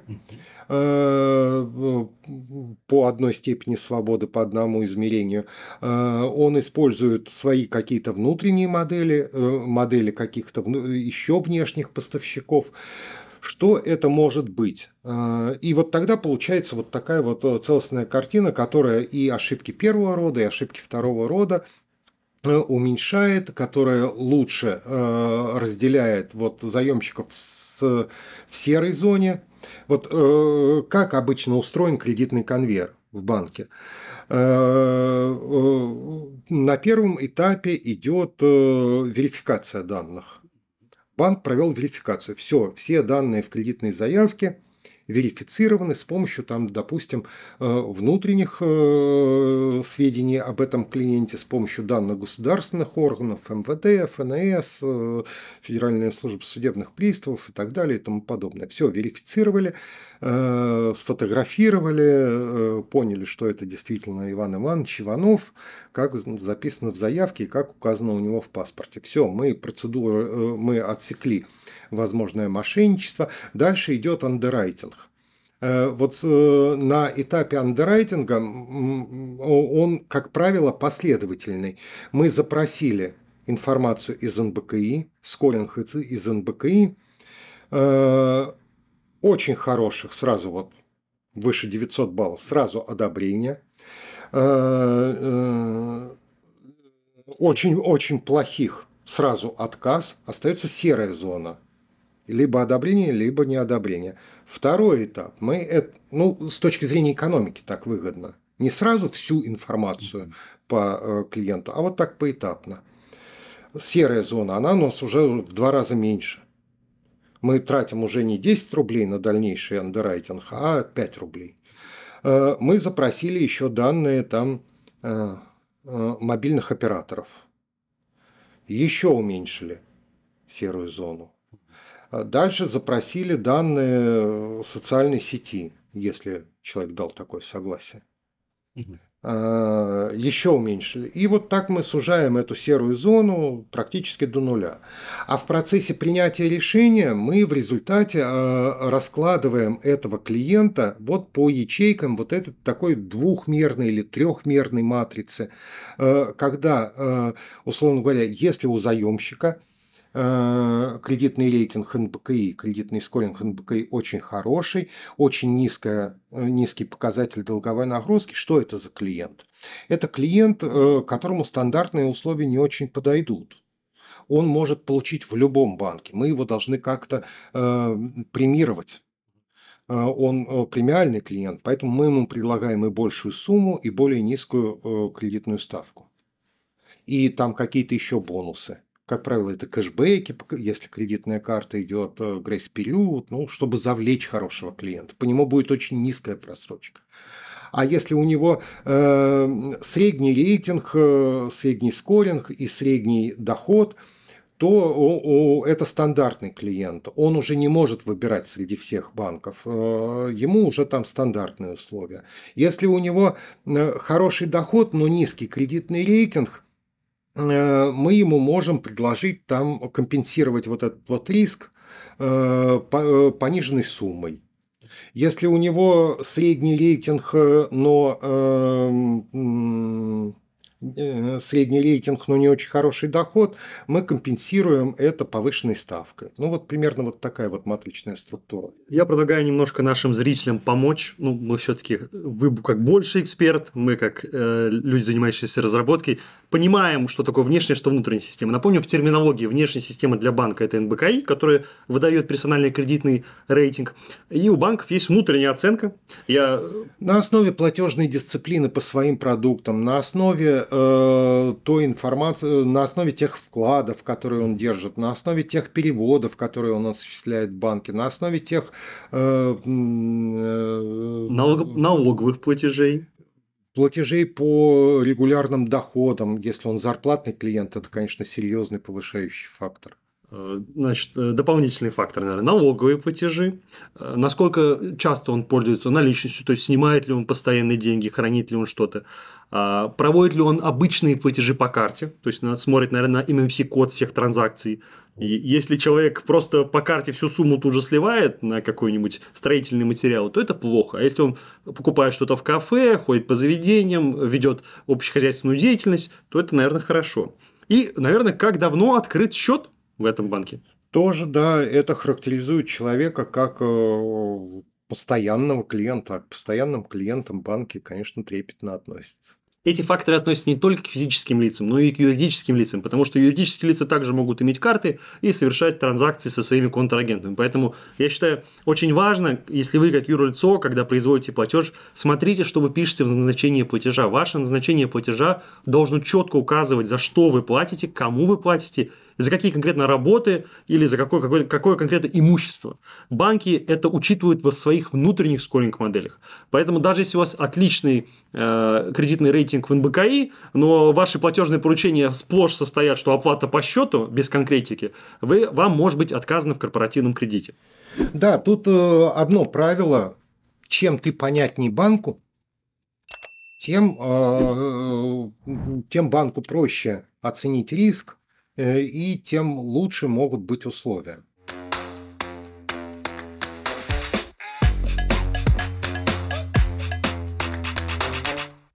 э, по одной степени свободы, по одному измерению. Э, Он использует свои какие-то внутренние модели, э, модели каких-то вну- еще внешних поставщиков. Что это может быть? Э, И вот тогда получается вот такая вот э, целостная картина, которая и ошибки первого рода, и ошибки второго рода э, уменьшает, которая лучше э, разделяет вот заемщиков с, в серой зоне. Вот э, как обычно устроен кредитный конвейер в банке? Э, э, На первом этапе идет э, верификация данных. Банк провел верификацию. Все, все данные в кредитной заявке верифицированы с помощью, там, допустим, э, внутренних э, сведений об этом клиенте, с помощью данных государственных органов, эм вэ дэ, эф эн эс, э, Федеральная служба судебных приставов и так далее и тому подобное. Все верифицировали, э, сфотографировали, э, поняли, что это действительно Иван Иванович Иванов, как записано в заявке и как указано у него в паспорте. Все, мы процедуру, э, мы отсекли возможное мошенничество. Дальше идет андеррайтинг. Э, Вот э, на этапе андеррайтинга м, он, как правило, последовательный. Мы запросили информацию из эн бэ ка и, скоринг из из эн бэ ка и, э, очень хороших, сразу вот выше девятьсот баллов, сразу одобрение. Очень-очень плохих сразу отказ, остается серая зона. Либо одобрение, либо неодобрение. Второй этап. Мы это, ну, с точки зрения экономики так выгодно. Не сразу всю информацию по э, клиенту, а вот так поэтапно. Серая зона, она у нас уже в два раза меньше. Мы тратим уже не десять рублей на дальнейший андеррайтинг, а пять рублей. Э, Мы запросили еще данные там э, э, мобильных операторов. Еще уменьшили серую зону. А Дальше запросили данные социальной сети, если человек дал такое согласие. А, Еще уменьшили. И вот так мы сужаем эту серую зону практически до нуля. А в процессе принятия решения мы в результате а, раскладываем этого клиента вот по ячейкам вот этой такой двухмерной или трехмерной матрицы, э, когда, э, условно говоря, если у заемщика э, кредитный рейтинг эн бэ ка и, кредитный скоринг эн бэ ка и очень хороший, очень низкая, э, низкий показатель долговой нагрузки. Что это за клиент? Это клиент, э, которому стандартные условия не очень подойдут. Он может получить в любом банке. Мы его должны как-то э, премировать. он премиальный клиент, поэтому мы ему предлагаем и большую сумму, и более низкую кредитную ставку. И там какие-то еще бонусы. Как правило, это кэшбэки, если кредитная карта идет, грейс-период, ну, чтобы завлечь хорошего клиента. По нему будет очень низкая просрочка. А если у него э, средний рейтинг, э, средний скоринг и средний доход, то о, о, это стандартный клиент. Он уже не может выбирать среди всех банков. Э, ему уже там стандартные условия. Если у него э, хороший доход, но низкий кредитный рейтинг, э, мы ему можем предложить там компенсировать вот этот вот риск э, по, пониженной суммой. Если у него средний рейтинг, но э, э, средний рейтинг, но не очень хороший доход, мы компенсируем это повышенной ставкой. Ну вот примерно вот такая вот матричная структура. Я предлагаю немножко нашим зрителям помочь. Ну, мы все-таки, вы как больше эксперт, мы как э, люди, занимающиеся разработкой, понимаем, что такое внешняя, что внутренняя система. Напомню, в терминологии внешняя система для банка – это эн бэ ка и, которая выдает персональный кредитный рейтинг. И у банков есть внутренняя оценка. Я... На основе платежной дисциплины по своим продуктам, на основе э, той информации, на основе тех вкладов, которые он держит, на основе тех переводов, которые он осуществляет в банке, на основе тех э, э, Налог... налоговых платежей. Платежей по регулярным доходам, если он зарплатный клиент, это, конечно, серьезный повышающий фактор. Значит, дополнительный фактор, наверное, налоговые платежи. Насколько часто он пользуется наличностью, то есть снимает ли он постоянные деньги, хранит ли он что-то, проводит ли он обычные платежи по карте, то есть смотрит, наверное, на эм эм си-код всех транзакций. И если человек просто по карте всю сумму тут же сливает на какой-нибудь строительный материал, то это плохо. А если он покупает что-то в кафе, ходит по заведениям, ведет общехозяйственную деятельность, то это, наверное, хорошо. И, наверное, как давно открыт счет в этом банке? Тоже, да, это характеризует человека как постоянного клиента. А к постоянным клиентам банки, конечно, трепетно относятся. Эти факторы относятся не только к физическим лицам, но и к юридическим лицам, потому что юридические лица также могут иметь карты и совершать транзакции со своими контрагентами. Поэтому я считаю, очень важно, если вы как юрлицо, когда производите платеж, смотрите, что вы пишете в назначении платежа. Ваше назначение платежа должно четко указывать, за что вы платите, кому вы платите, за какие конкретно работы или за какое, какое, какое конкретно имущество. Банки это учитывают в своих внутренних скоринг-моделях. Поэтому даже если у вас отличный э, кредитный рейтинг в эн бэ ка и, но ваши платежные поручения сплошь состоят, что оплата по счету без конкретики, вы, вам может быть отказано в корпоративном кредите. Да, тут э, одно правило. Чем ты понятней банку, тем, э, тем банку проще оценить риск, и тем лучше могут быть условия.